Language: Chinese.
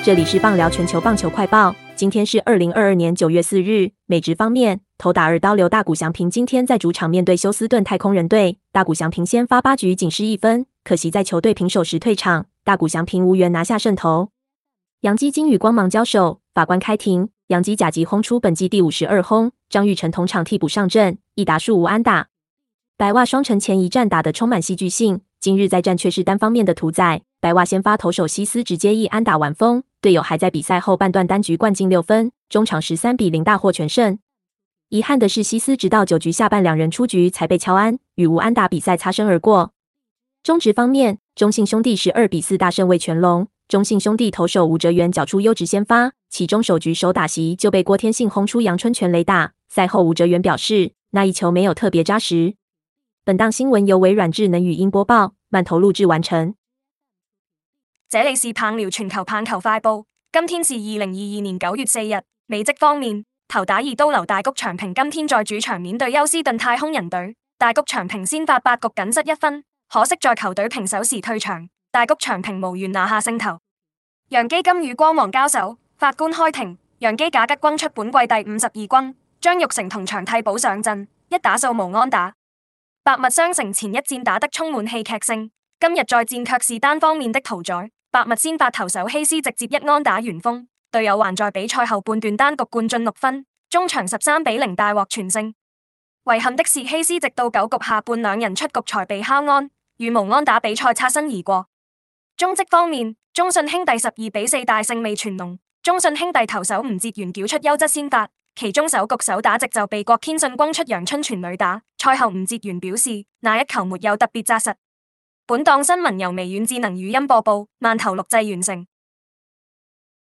这里是棒聊全球棒球快报，今天是2022年9月4日。美职方面，投打二刀流大谷翔平今天在主场面对休斯顿太空人队，大谷翔平先发8局仅失1分，可惜在球队平手时退场，大谷翔平无缘拿下胜投。洋基今与光芒交手，法官开庭，洋基甲级轰出本季第52轰，张育成同场替补上阵，1打数无安打。白袜双城前一战打得充满戏剧性，今日再战却是单方面的屠宰。白袜先发投手西斯直接1安打完封，队友还在比赛后半段单局灌进6分，中场13-0大获全胜。遗憾的是，西斯直到9局下半2人出局才被敲安，与无安打比赛擦身而过。中职方面，中信兄弟12-4大胜味全龙。中信兄弟投手吴哲源缴出优质先发，其中首局手打席就被郭天信轰出阳春全垒打。赛后吴哲源表示，那一球没有特别扎实。本档新闻由微软智能语音播報，慢投錄製完成。 這裡是棒聊全球棒球快報，今天是2022年9月4日。美職方面，投打二刀流大谷翔平今天在主場面對休斯頓太空人隊，大谷翔平先發8局僅失1分，可惜在球隊平手時退場，大谷翔平無緣拿下勝投。洋基今與光芒交手，法官開庭，洋基賈吉轟出本季第52轟，張育成同場替補上陣，1打數無安打。白襪雙城前一戰打得充滿戲劇性，今日再戰卻是單方面的屠宰。白襪先發投手希斯直接1安打完封，隊友還在比賽後半段單局灌進6分，中場13-0大獲全勝。遺憾的是，希斯直到9局下半2人出局才被敲安，與無安打比賽擦身而過。中職方面，中信兄弟12-4大勝味全龍，中信兄弟投手吳哲源繳出優質先發，其中首局手打直就被郭天信轟出陽春全壘打。賽後吳哲源表示，那一球沒有特別紮實。本檔新聞由微軟智能語音播報，慢投錄製完成。